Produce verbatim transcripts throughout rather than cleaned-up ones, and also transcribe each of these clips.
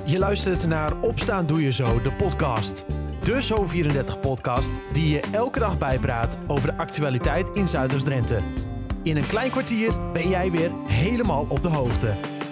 Je luistert naar Opstaan Doe Je Zo, de podcast. De Zo vierendertig podcast die je elke dag bijpraat over de actualiteit in Zuidoost-Drenthe. In een klein kwartier ben jij weer helemaal op de hoogte.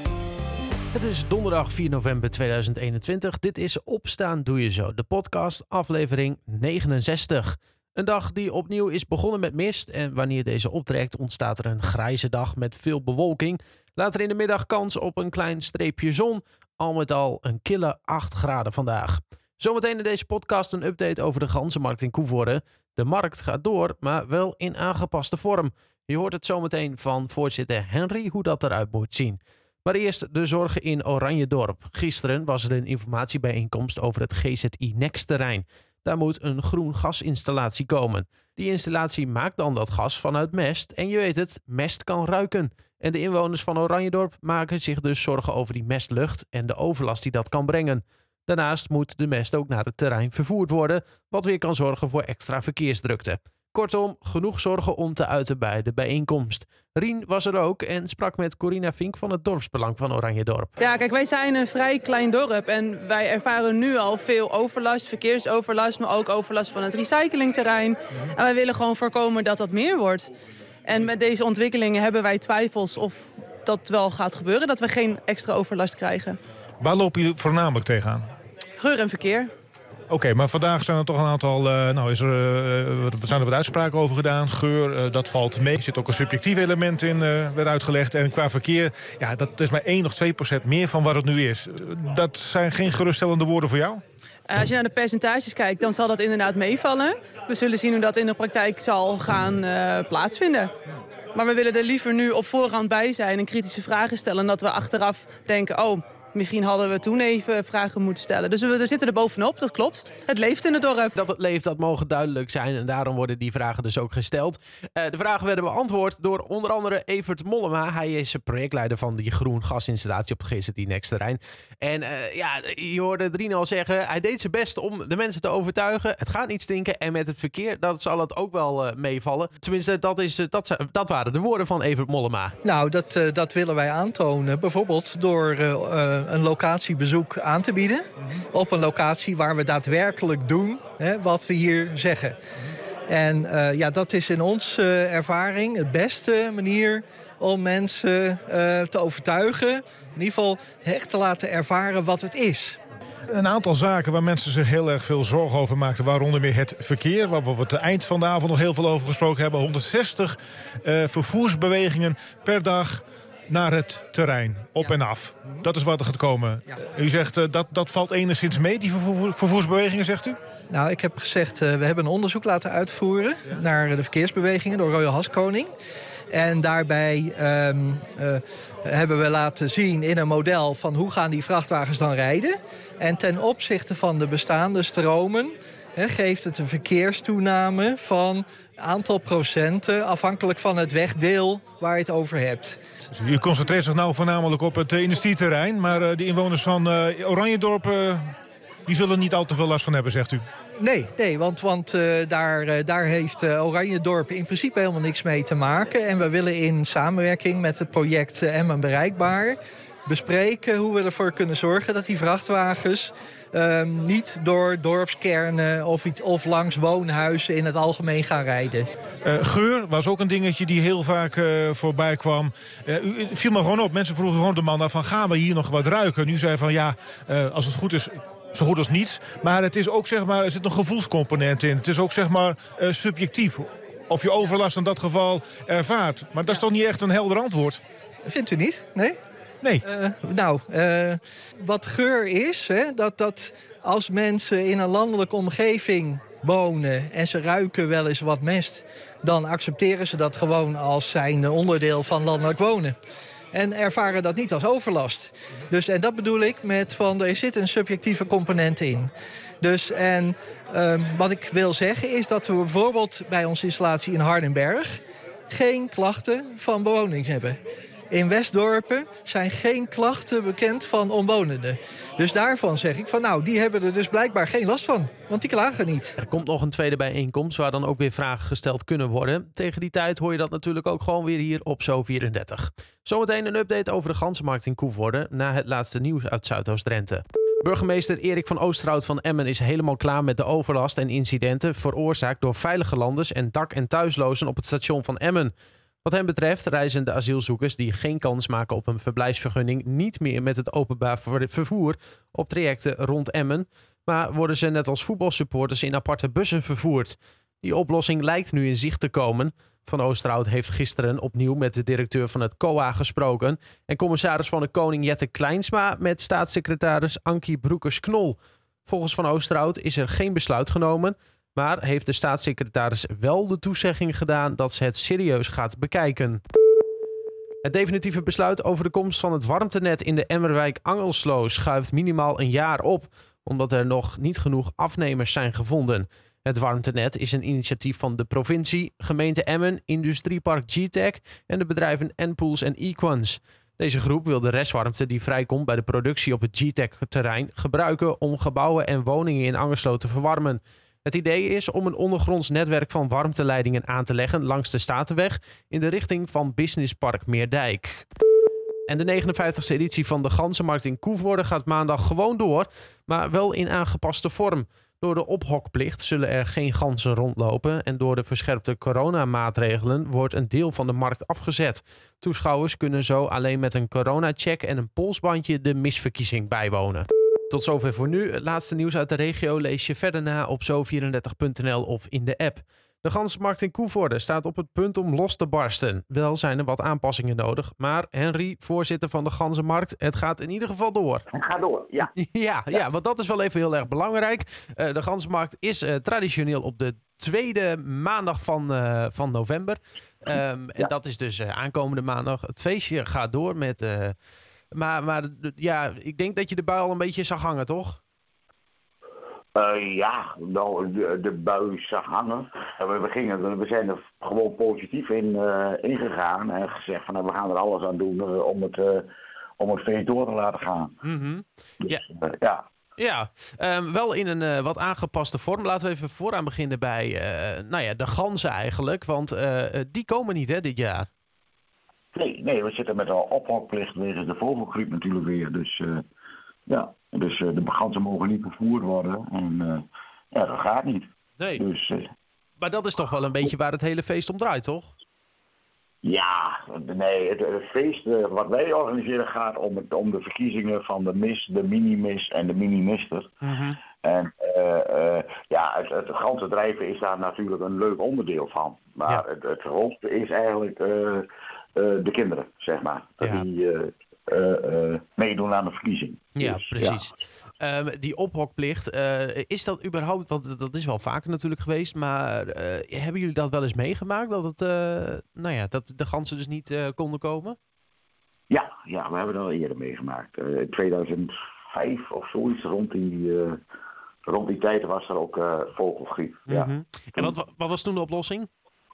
Het is donderdag vier november tweeduizend eenentwintig. Dit is Opstaan Doe Je Zo, de podcast aflevering negenenzestig. Een dag die opnieuw is begonnen met mist en wanneer deze optrekt ontstaat er een grijze dag met veel bewolking. Later in de middag kans op een klein streepje zon. Al met al een kille acht graden vandaag. Zometeen in deze podcast een update over de ganzenmarkt in Coevorden. De markt gaat door, maar wel in aangepaste vorm. Je hoort het zometeen van voorzitter Henry hoe dat eruit moet zien. Maar eerst de zorgen in Oranjedorp. Gisteren was er een informatiebijeenkomst over het G Z I Next terrein. Daar moet een groen gasinstallatie komen. Die installatie maakt dan dat gas vanuit mest. En je weet het, mest kan ruiken. En de inwoners van Oranjedorp maken zich dus zorgen over die mestlucht en de overlast die dat kan brengen. Daarnaast moet de mest ook naar het terrein vervoerd worden, wat weer kan zorgen voor extra verkeersdrukte. Kortom, genoeg zorgen om te uiten bij de bijeenkomst. Rien was er ook en sprak met Corina Vink van het Dorpsbelang van Oranjedorp. Ja, kijk, wij zijn een vrij klein dorp en wij ervaren nu al veel overlast, verkeersoverlast, maar ook overlast van het recyclingterrein. En wij willen gewoon voorkomen dat dat meer wordt. En met deze ontwikkelingen hebben wij twijfels of dat wel gaat gebeuren, dat we geen extra overlast krijgen. Waar lopen jullie voornamelijk tegenaan? Geur en verkeer. Oké, okay, maar vandaag zijn er toch een aantal, uh, nou is er, uh, zijn er wat uitspraken over gedaan. Geur, uh, dat valt mee. Er zit ook een subjectief element in, uh, werd uitgelegd. En qua verkeer, ja, dat is maar één of twee procent meer van wat het nu is. Dat zijn geen geruststellende woorden voor jou? Uh, als je naar de percentages kijkt, dan zal dat inderdaad meevallen. We zullen zien hoe dat in de praktijk zal gaan uh, plaatsvinden. Maar we willen er liever nu op voorhand bij zijn en kritische vragen stellen, dat we achteraf denken, oh, misschien hadden we toen even vragen moeten stellen. Dus we zitten er bovenop, dat klopt. Het leeft in het dorp. Dat het leeft, dat mogen duidelijk zijn. En daarom worden die vragen dus ook gesteld. Uh, de vragen werden beantwoord door onder andere Evert Mollema. Hij is projectleider van die groen gasinstallatie op het G Z I Next terrein. En uh, ja, je hoorde Rien al zeggen, hij deed zijn best om de mensen te overtuigen. Het gaat niet stinken. En met het verkeer, dat zal het ook wel uh, meevallen. Tenminste, dat, is, uh, dat, dat waren de woorden van Evert Mollema. Nou, dat, uh, dat willen wij aantonen. Bijvoorbeeld door Uh, uh, een locatiebezoek aan te bieden. Op een locatie waar we daadwerkelijk doen, hè, wat we hier zeggen. En uh, ja, dat is in onze uh, ervaring de beste manier om mensen uh, te overtuigen. In ieder geval echt te laten ervaren wat het is. Een aantal zaken waar mensen zich heel erg veel zorgen over maakten, waaronder weer het verkeer, waar we op het eind van de avond nog heel veel over gesproken hebben. honderdzestig uh, vervoersbewegingen per dag naar het terrein, op ja. en af. Dat is wat er gaat komen. Ja. U zegt uh, dat dat valt enigszins mee, die vervoer, vervoersbewegingen, zegt u? Nou, ik heb gezegd, uh, we hebben een onderzoek laten uitvoeren ja. naar de verkeersbewegingen door Royal Haskoning. En daarbij um, uh, hebben we laten zien in een model van hoe gaan die vrachtwagens dan rijden. En ten opzichte van de bestaande stromen he, geeft het een verkeerstoename van aantal procenten afhankelijk van het wegdeel waar je het over hebt. Dus u concentreert zich nou voornamelijk op het uh, industrieterrein, maar uh, de inwoners van uh, Oranjedorp uh, die zullen niet al te veel last van hebben, zegt u? Nee, nee want, want uh, daar, uh, daar heeft uh, Oranjedorp in principe helemaal niks mee te maken. En we willen in samenwerking met het project uh, Emmen Bereikbaar bespreken hoe we ervoor kunnen zorgen dat die vrachtwagens Um, niet door dorpskernen of, iets, of langs woonhuizen in het algemeen gaan rijden. Uh, geur was ook een dingetje die heel vaak uh, voorbij kwam. Uh, u viel me gewoon op. Mensen vroegen gewoon de man af van, gaan we hier nog wat ruiken? Nu zei van ja, uh, als het goed is, zo goed als niets. Maar het is ook, zeg maar, er zit een gevoelscomponent in. Het is ook, zeg maar, uh, subjectief. Of je overlast in dat geval ervaart. Maar dat is toch niet echt een helder antwoord? Vindt u niet? Nee? Nee. Uh, nou, uh, wat geur is, hè, dat, dat als mensen in een landelijke omgeving wonen en ze ruiken wel eens wat mest, dan accepteren ze dat gewoon als zijn onderdeel van landelijk wonen. En ervaren dat niet als overlast. Dus, en dat bedoel ik met van, er zit een subjectieve component in. Dus, en um, wat ik wil zeggen is dat we bijvoorbeeld bij onze installatie in Hardenberg geen klachten van bewoners hebben. In Westdorpen zijn geen klachten bekend van omwonenden. Dus daarvan zeg ik van nou, die hebben er dus blijkbaar geen last van. Want die klagen niet. Er komt nog een tweede bijeenkomst waar dan ook weer vragen gesteld kunnen worden. Tegen die tijd hoor je dat natuurlijk ook gewoon weer hier op Zo vierendertig. Zometeen een update over de ganzenmarkt in Coevorden na het laatste nieuws uit Zuidoost-Drenthe. Burgemeester Erik van Oosterhout van Emmen is helemaal klaar met de overlast en incidenten veroorzaakt door veilige landers en dak- en thuislozen op het station van Emmen. Wat hem betreft reizen de asielzoekers die geen kans maken op een verblijfsvergunning niet meer met het openbaar vervoer op trajecten rond Emmen, maar worden ze net als voetbalsupporters in aparte bussen vervoerd. Die oplossing lijkt nu in zicht te komen. Van Oosterhout heeft gisteren opnieuw met de directeur van het C O A gesproken en commissaris van de Koning Jette Kleinsma met staatssecretaris Ankie Broekers-Knol. Volgens Van Oosterhout is er geen besluit genomen, maar heeft de staatssecretaris wel de toezegging gedaan dat ze het serieus gaat bekijken. Het definitieve besluit over de komst van het warmtenet in de Emmerwijk Angelslo schuift minimaal een jaar op, omdat er nog niet genoeg afnemers zijn gevonden. Het warmtenet is een initiatief van de provincie, gemeente Emmen, Industriepark G-Tech en de bedrijven Enpools en Equans. Deze groep wil de restwarmte die vrijkomt bij de productie op het G-Tech-terrein gebruiken om gebouwen en woningen in Angerslo te verwarmen. Het idee is om een ondergronds netwerk van warmteleidingen aan te leggen langs de Statenweg in de richting van Businesspark Meerdijk. En de negenenvijftigste editie van de Ganzenmarkt in Koevoorde gaat maandag gewoon door, maar wel in aangepaste vorm. Door de ophokplicht zullen er geen ganzen rondlopen en door de verscherpte coronamaatregelen wordt een deel van de markt afgezet. Toeschouwers kunnen zo alleen met een coronacheck en een polsbandje de misverkiezing bijwonen. Tot zover voor nu. Het laatste nieuws uit de regio lees je verder na op zo vierendertig punt n l of in de app. De Ganzenmarkt in Koevoorde staat op het punt om los te barsten. Wel zijn er wat aanpassingen nodig, maar Henry, voorzitter van de Ganzenmarkt, het gaat in ieder geval door. Het gaat door, ja. Ja, ja, ja, want dat is wel even heel erg belangrijk. Uh, de Ganzenmarkt is uh, traditioneel op de tweede maandag van, uh, van november. Um, en ja. dat is dus uh, aankomende maandag. Het feestje gaat door met... Uh, maar, maar ja, ik denk dat je de bui al een beetje zag hangen, toch? Uh, ja, nou, de, de bui zag hangen. We, we, gingen, we zijn er gewoon positief in uh, ingegaan en gezegd van nou, we gaan er alles aan doen uh, om, het, uh, om het feest door te laten gaan. Mm-hmm. Dus, ja. Uh, ja. Ja, um, wel in een uh, wat aangepaste vorm. Laten we even vooraan beginnen bij uh, nou ja, de ganzen eigenlijk. Want uh, die komen niet hè, dit jaar. Nee, nee, we zitten met een ophokplicht wegens de vogelgriep natuurlijk weer. Dus uh, ja, dus uh, de ganzen mogen niet vervoerd worden. En uh, ja, dat gaat niet. Nee, dus, uh, maar dat is toch wel een beetje waar het hele feest om draait, toch? Ja, nee, het, het feest uh, wat wij organiseren gaat om, het, om de verkiezingen van de mis, de mini-mis en de mini-mister. Mm-hmm. En uh, uh, ja, het, het ganse drijven is daar natuurlijk een leuk onderdeel van. Maar ja. het, het hoogste is eigenlijk uh, uh, de kinderen, zeg maar. Ja. Die uh, uh, uh, meedoen aan de verkiezing. Ja, dus, precies. Ja. Um, die ophokplicht, uh, is dat überhaupt, want dat is wel vaker natuurlijk geweest, maar uh, hebben jullie dat wel eens meegemaakt? Dat, het, uh, nou ja, dat de ganzen dus niet uh, konden komen? Ja, ja, we hebben dat al eerder meegemaakt. Uh, in tweeduizend vijf of zoiets, rond die, uh, rond die tijd was er ook uh, vogelgriep. Mm-hmm. Ja. En wat, wat was toen de oplossing?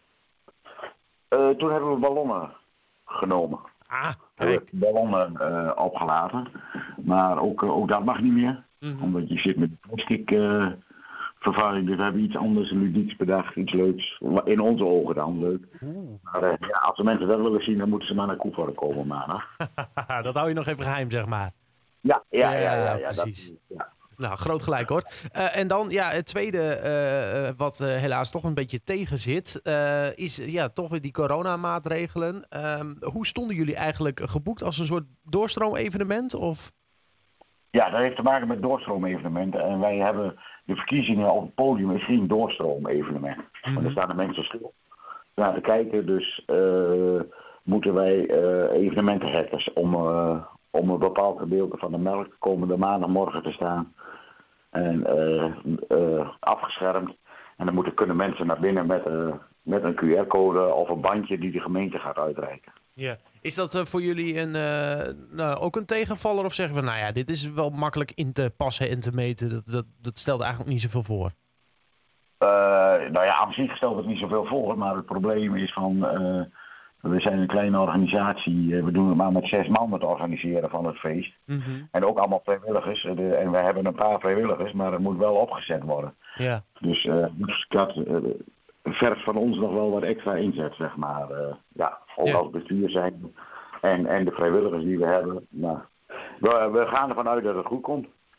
Uh, toen hebben we ballonnen genomen. Ah, kijk. Ballonnen uh, opgelaten. Maar ook, uh, ook dat mag niet meer. Mm-hmm. Omdat je zit met plastic uh, vervuiling. Dus we hebben iets anders, ludieks bedacht, iets leuks. In onze ogen dan leuk. Oeh. Maar uh, ja, als de mensen dat willen zien, dan moeten ze maar naar Koevoorde komen maandag. Dat hou je nog even geheim, zeg maar. Ja, ja, ja, ja, ja, ja precies. Dat, ja. Nou, groot gelijk hoor. Uh, en dan ja, het tweede uh, wat uh, helaas toch een beetje tegen zit, uh, is ja, toch weer die coronamaatregelen. Uh, hoe stonden jullie eigenlijk geboekt als een soort doorstroom-evenement? Of? Ja, dat heeft te maken met doorstroom-evenementen. En wij hebben de verkiezingen op het podium is geen doorstroom-evenement. Mm-hmm. Want er staan de mensen stil naar te kijken. Dus uh, moeten wij uh, evenementenhackers om, uh, om een bepaald gedeelte van de melk komende maandagmorgen te staan. En uh, uh, afgeschermd. En dan moeten, kunnen mensen naar binnen met, uh, met een Q R-code of een bandje die de gemeente gaat uitreiken. Ja. Is dat uh, voor jullie een, uh, nou, ook een tegenvaller? Of zeggen we, nou ja, dit is wel makkelijk in te passen en te meten. Dat, dat, dat stelt eigenlijk niet zoveel voor. Uh, nou ja, aan zich stelt het niet zoveel voor. Maar het probleem is van... Uh, we zijn een kleine organisatie. We doen het maar met zes man het organiseren van het feest. Mm-hmm. En ook allemaal vrijwilligers. En we hebben een paar vrijwilligers, maar het moet wel opgezet worden. Ja. Dus uh, dat uh, vergt van ons nog wel wat extra inzet, zeg maar. Uh, ja, ook ja. als bestuur zijn. En, en de vrijwilligers die we hebben. Nou, we, we gaan ervan uit dat het goed komt.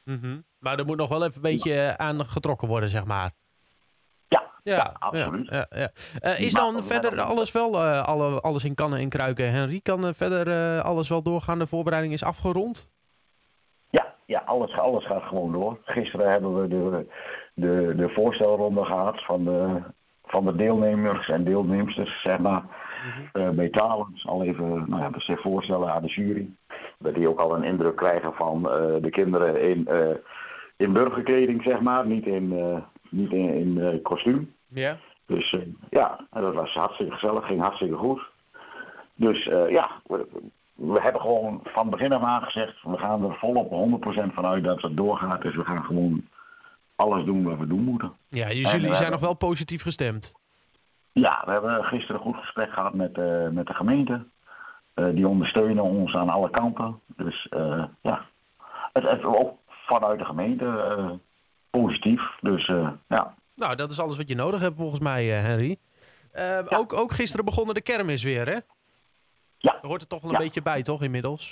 Mm-hmm. Maar er moet nog wel even een beetje aan getrokken worden, zeg maar. Ja, Ja, ja, absoluut. Ja, ja, ja. Uh, is dan verder alles wel, uh, alle, alles in kannen en kruiken? Henry, kan uh, verder uh, alles wel doorgaan? De voorbereiding is afgerond? Ja, ja alles, alles gaat gewoon door. Gisteren hebben we de, de, de voorstelronde gehad van de, van de deelnemers en deelnemsters, zeg maar. Mm-hmm. Uh, betalend, al even nou ja, zich voorstellen aan de jury. Dat die ook al een indruk krijgen van uh, de kinderen in, uh, in burgerkleding, zeg maar. Niet in, uh, niet in, in uh, kostuum. Yeah. Dus uh, ja, dat was hartstikke gezellig, ging hartstikke goed. Dus uh, ja, we, we hebben gewoon van begin af aan gezegd, we gaan er volop honderd procent vanuit dat het doorgaat. Dus we gaan gewoon alles doen wat we doen moeten. Ja, jullie zijn hebben, nog wel positief gestemd. Ja, we hebben gisteren een goed gesprek gehad met, uh, met de gemeente. Uh, die ondersteunen ons aan alle kanten. Dus uh, ja, het, het ook vanuit de gemeente uh, positief. Dus uh, ja. Nou, dat is alles wat je nodig hebt volgens mij, uh, Henry. Uh, ja. ook, ook gisteren begonnen de kermis weer, hè? Ja. Daar hoort er toch wel ja. een beetje bij, toch, inmiddels?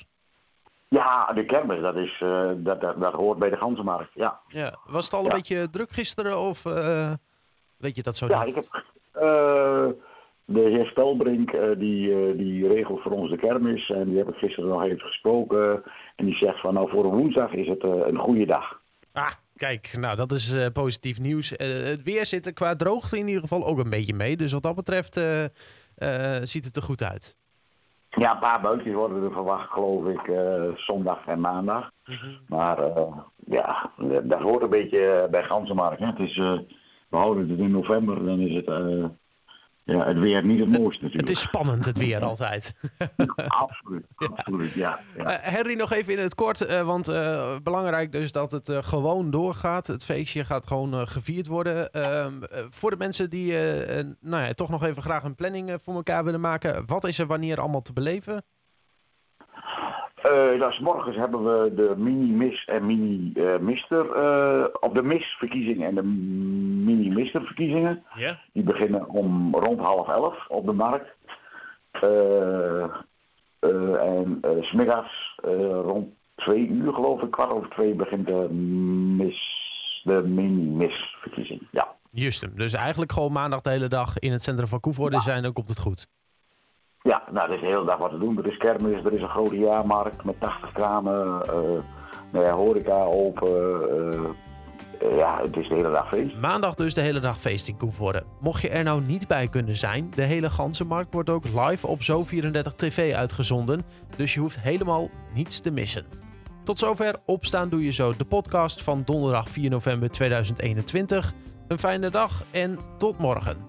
Ja, de kermis, dat, is, uh, dat, dat, dat hoort bij de ganzenmarkt, ja. ja. Was het al een ja. beetje druk gisteren of uh, weet je dat zo ja, niet? Ja, ik heb... Uh, de heer Spelbrink, uh, die, uh, die regelt voor ons de kermis. En die heb ik gisteren nog even gesproken. En die zegt van nou voor een woensdag is het uh, een goede dag. Ah, kijk, nou dat is uh, positief nieuws. Uh, het weer zit er qua droogte in ieder geval ook een beetje mee. Dus wat dat betreft uh, uh, ziet het er goed uit. Ja, een paar buitjes worden er verwacht, geloof ik, uh, zondag en maandag. Mm-hmm. Maar uh, ja, dat hoort een beetje bij Ganzenmarkt. Hè. Het is, uh, we houden het in november, dan is het... Uh, Ja, het weer niet het mooiste natuurlijk. Het is spannend, het weer altijd. absoluut, absoluut, ja. ja. Uh, Henry, nog even in het kort, uh, want uh, belangrijk dus dat het uh, gewoon doorgaat. Het feestje gaat gewoon uh, gevierd worden. Uh, uh, voor de mensen die uh, uh, nou ja, toch nog even graag een planning uh, voor elkaar willen maken. Wat is er wanneer allemaal te beleven? Uh, dus morgens hebben we de mini-mis en mini-mister, uh, of de mis-verkiezing en de mini-mister-verkiezingen. Yeah. Die beginnen om rond half elf op de markt. Uh, uh, en uh, 's middags uh, rond twee uur, geloof ik, kwart over twee, begint de, mis, de mini-mis-verkiezing. Ja. Juist hem. Dus eigenlijk gewoon maandag de hele dag in het centrum van Koevoorde ja. zijn, dan komt het goed. Ja, nou, er is de hele dag wat te doen. Er is kermis, er is een grote jaarmarkt met tachtig kramen, uh, nou ja, horeca open. Uh, uh, ja, het is de hele dag feest. Maandag dus de hele dag feest in Koevoorde. Mocht je er nou niet bij kunnen zijn, de hele ganzenmarkt wordt ook live op Zo vierendertig tv uitgezonden. Dus je hoeft helemaal niets te missen. Tot zover Opstaan Doe Je Zo, de podcast van donderdag vier november tweeduizend eenentwintig. Een fijne dag en tot morgen.